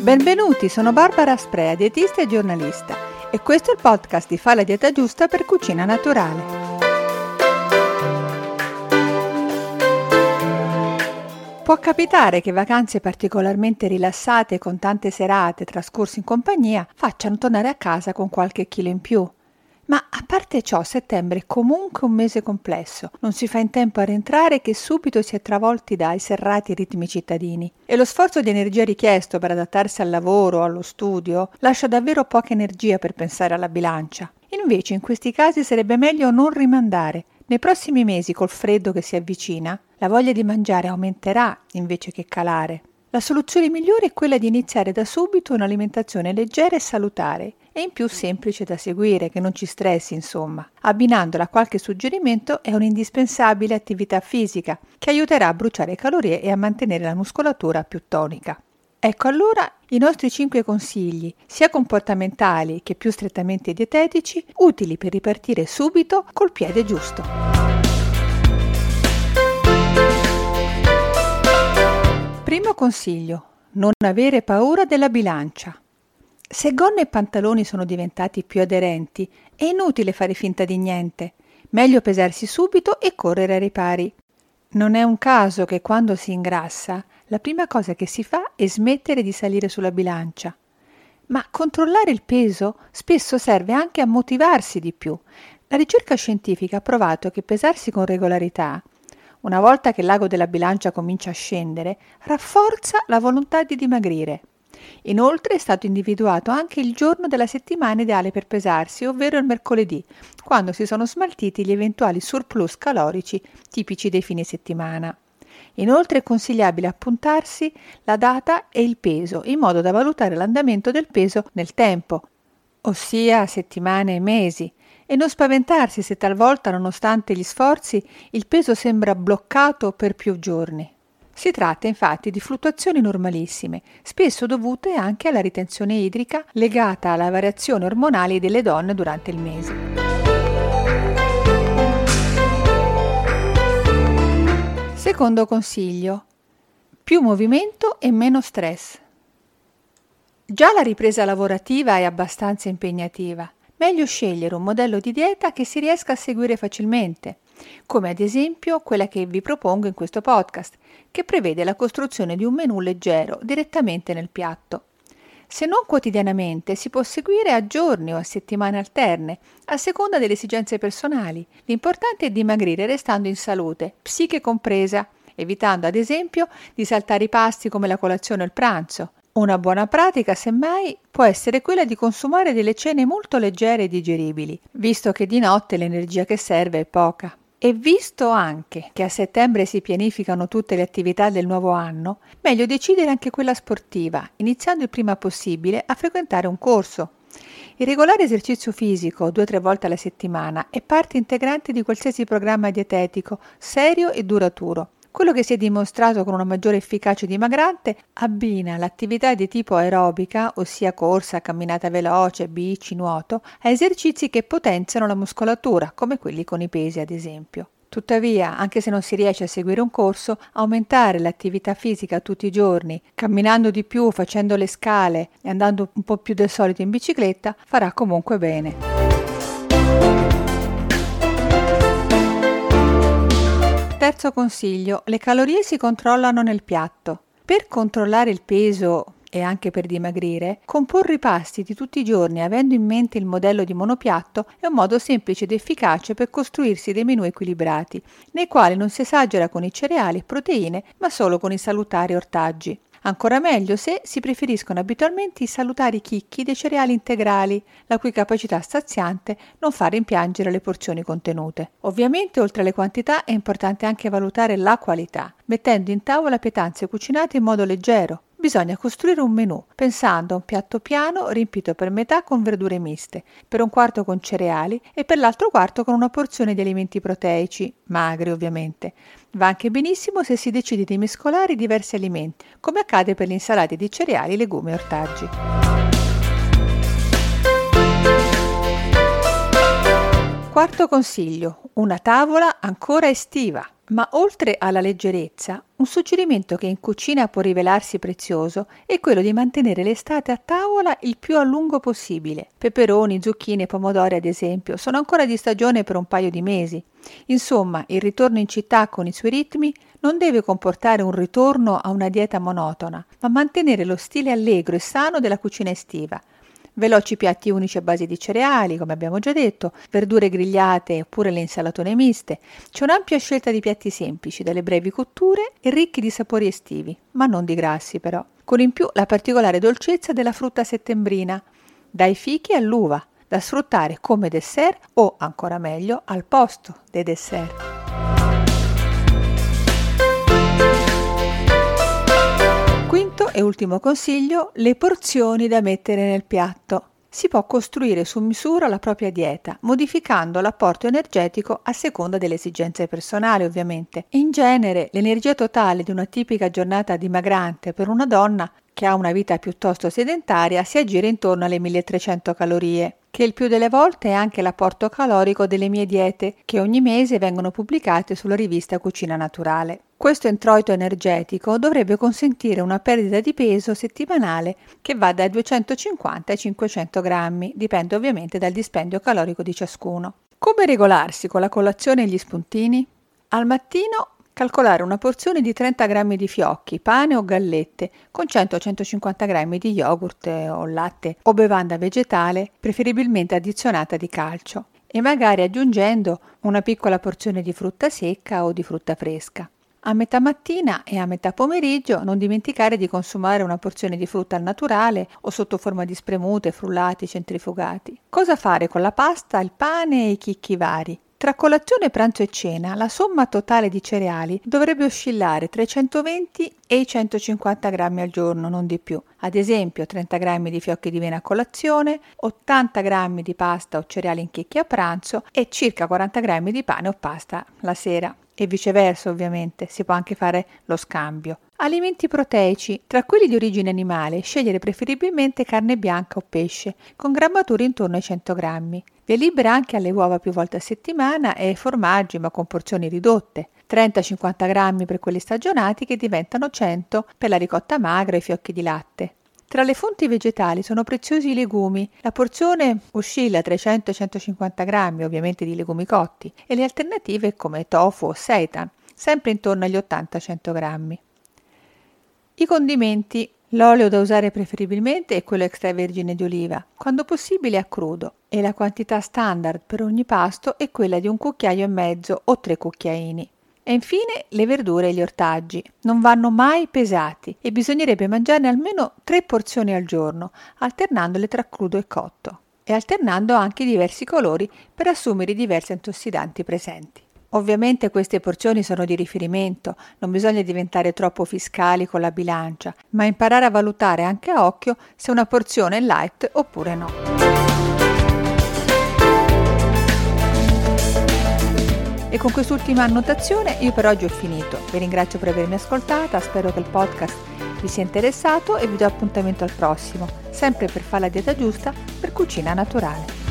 Benvenuti, sono Barbara Sprea, dietista e giornalista, e questo è il podcast di Fa la dieta giusta per cucina naturale. Può capitare che vacanze particolarmente rilassate con tante serate trascorse in compagnia facciano tornare a casa con qualche chilo in più. Ma a parte ciò, settembre è comunque un mese complesso, non si fa in tempo a rientrare che subito si è travolti dai serrati ritmi cittadini e lo sforzo di energia richiesto per adattarsi al lavoro o allo studio lascia davvero poca energia per pensare alla bilancia. Invece in questi casi sarebbe meglio non rimandare. Nei prossimi mesi, col freddo che si avvicina, la voglia di mangiare aumenterà invece che calare. La soluzione migliore è quella di iniziare da subito un'alimentazione leggera e salutare e in più semplice da seguire, che non ci stressi insomma. Abbinandola a qualche suggerimento è un'indispensabile attività fisica che aiuterà a bruciare calorie e a mantenere la muscolatura più tonica. Ecco allora i nostri 5 consigli, sia comportamentali che più strettamente dietetici, utili per ripartire subito col piede giusto. Primo consiglio: non avere paura della bilancia. Se gonne e pantaloni sono diventati più aderenti, è inutile fare finta di niente. Meglio pesarsi subito e correre ai ripari. Non è un caso che quando si ingrassa, la prima cosa che si fa è smettere di salire sulla bilancia. Ma controllare il peso spesso serve anche a motivarsi di più. La ricerca scientifica ha provato che pesarsi con regolarità, una volta che l'ago della bilancia comincia a scendere, rafforza la volontà di dimagrire. Inoltre è stato individuato anche il giorno della settimana ideale per pesarsi, ovvero il mercoledì, quando si sono smaltiti gli eventuali surplus calorici tipici dei fine settimana. Inoltre è consigliabile appuntarsi la data e il peso, in modo da valutare l'andamento del peso nel tempo, ossia settimane e mesi, e non spaventarsi se talvolta, nonostante gli sforzi, il peso sembra bloccato per più giorni. Si tratta infatti di fluttuazioni normalissime, spesso dovute anche alla ritenzione idrica legata alle variazioni ormonali delle donne durante il mese. Secondo consiglio: più movimento e meno stress. Già la ripresa lavorativa è abbastanza impegnativa. Meglio scegliere un modello di dieta che si riesca a seguire facilmente, come ad esempio quella che vi propongo in questo podcast, che prevede la costruzione di un menù leggero direttamente nel piatto. Se non quotidianamente, si può seguire a giorni o a settimane alterne, a seconda delle esigenze personali. L'importante è dimagrire restando in salute, psiche compresa, evitando ad esempio di saltare i pasti come la colazione o il pranzo. Una buona pratica, semmai, può essere quella di consumare delle cene molto leggere e digeribili, visto che di notte l'energia che serve è poca. E visto anche che a settembre si pianificano tutte le attività del nuovo anno, meglio decidere anche quella sportiva, iniziando il prima possibile a frequentare un corso. Il regolare esercizio fisico 2-3 volte alla settimana è parte integrante di qualsiasi programma dietetico serio e duraturo. Quello che si è dimostrato con una maggiore efficacia dimagrante abbina l'attività di tipo aerobica, ossia corsa, camminata veloce, bici, nuoto, a esercizi che potenziano la muscolatura, come quelli con i pesi ad esempio. Tuttavia, anche se non si riesce a seguire un corso, aumentare l'attività fisica tutti i giorni, camminando di più, facendo le scale e andando un po' più del solito in bicicletta, farà comunque bene. Terzo consiglio: le calorie si controllano nel piatto. Per controllare il peso e anche per dimagrire, comporre i pasti di tutti i giorni avendo in mente il modello di monopiatto è un modo semplice ed efficace per costruirsi dei menù equilibrati, nei quali non si esagera con i cereali e proteine, ma solo con i salutari ortaggi. Ancora meglio se si preferiscono abitualmente i salutari chicchi dei cereali integrali, la cui capacità saziante non fa rimpiangere le porzioni contenute. Ovviamente, oltre alle quantità, è importante anche valutare la qualità, mettendo in tavola pietanze cucinate in modo leggero. Bisogna costruire un menù, pensando a un piatto piano riempito per metà con verdure miste, per un quarto con cereali e per l'altro quarto con una porzione di alimenti proteici, magri ovviamente. Va anche benissimo se si decide di mescolare diversi alimenti, come accade per le insalate di cereali, legumi e ortaggi. Quarto consiglio: una tavola ancora estiva. Ma oltre alla leggerezza, un suggerimento che in cucina può rivelarsi prezioso è quello di mantenere l'estate a tavola il più a lungo possibile. Peperoni, zucchine e pomodori, ad esempio, sono ancora di stagione per un paio di mesi. Insomma, il ritorno in città con i suoi ritmi non deve comportare un ritorno a una dieta monotona, ma mantenere lo stile allegro e sano della cucina estiva. Veloci piatti unici a base di cereali, come abbiamo già detto, verdure grigliate oppure le insalatone miste. C'è un'ampia scelta di piatti semplici, dalle brevi cotture e ricchi di sapori estivi, ma non di grassi però. Con in più la particolare dolcezza della frutta settembrina, dai fichi all'uva, da sfruttare come dessert o, ancora meglio, al posto dei dessert. Quinto e ultimo consiglio, le porzioni da mettere nel piatto. Si può costruire su misura la propria dieta, modificando l'apporto energetico a seconda delle esigenze personali, ovviamente. In genere, l'energia totale di una tipica giornata dimagrante per una donna che ha una vita piuttosto sedentaria si aggira intorno alle 1300 calorie, che il più delle volte è anche l'apporto calorico delle mie diete, che ogni mese vengono pubblicate sulla rivista Cucina Naturale. Questo introito energetico dovrebbe consentire una perdita di peso settimanale che va dai 250 ai 500 grammi, dipende ovviamente dal dispendio calorico di ciascuno. Come regolarsi con la colazione e gli spuntini? Al mattino calcolare una porzione di 30 grammi di fiocchi, pane o gallette, con 100-150 grammi di yogurt o latte o bevanda vegetale, preferibilmente addizionata di calcio, e magari aggiungendo una piccola porzione di frutta secca o di frutta fresca. A metà mattina e a metà pomeriggio non dimenticare di consumare una porzione di frutta al naturale o sotto forma di spremute, frullati, centrifugati. Cosa fare con la pasta, il pane e i chicchi vari? Tra colazione, pranzo e cena, la somma totale di cereali dovrebbe oscillare tra i 120 e i 150 grammi al giorno, non di più. Ad esempio, 30 grammi di fiocchi di avena a colazione, 80 grammi di pasta o cereali in chicchi a pranzo e circa 40 grammi di pane o pasta la sera. E viceversa, ovviamente, si può anche fare lo scambio. Alimenti proteici, tra quelli di origine animale, scegliere preferibilmente carne bianca o pesce, con grammature intorno ai 100 grammi. Via libera anche alle uova più volte a settimana e formaggi, ma con porzioni ridotte. 30-50 grammi per quelli stagionati che diventano 100 per la ricotta magra e i fiocchi di latte. Tra le fonti vegetali sono preziosi i legumi. La porzione oscilla tra i 100 e i 150 grammi, ovviamente di legumi cotti, e le alternative come tofu o seitan, sempre intorno agli 80-100 grammi. I condimenti. L'olio da usare preferibilmente è quello extravergine di oliva, quando possibile a crudo, e la quantità standard per ogni pasto è quella di 1,5 cucchiai o 3 cucchiaini. E infine le verdure e gli ortaggi. Non vanno mai pesati e bisognerebbe mangiarne almeno 3 porzioni al giorno, alternandole tra crudo e cotto, e alternando anche i diversi colori per assumere i diversi antiossidanti presenti. Ovviamente queste porzioni sono di riferimento, non bisogna diventare troppo fiscali con la bilancia, ma imparare a valutare anche a occhio se una porzione è light oppure no. E con quest'ultima annotazione io per oggi ho finito. Vi ringrazio per avermi ascoltata, spero che il podcast vi sia interessato e vi do appuntamento al prossimo, sempre per fare la dieta giusta per Cucina Naturale.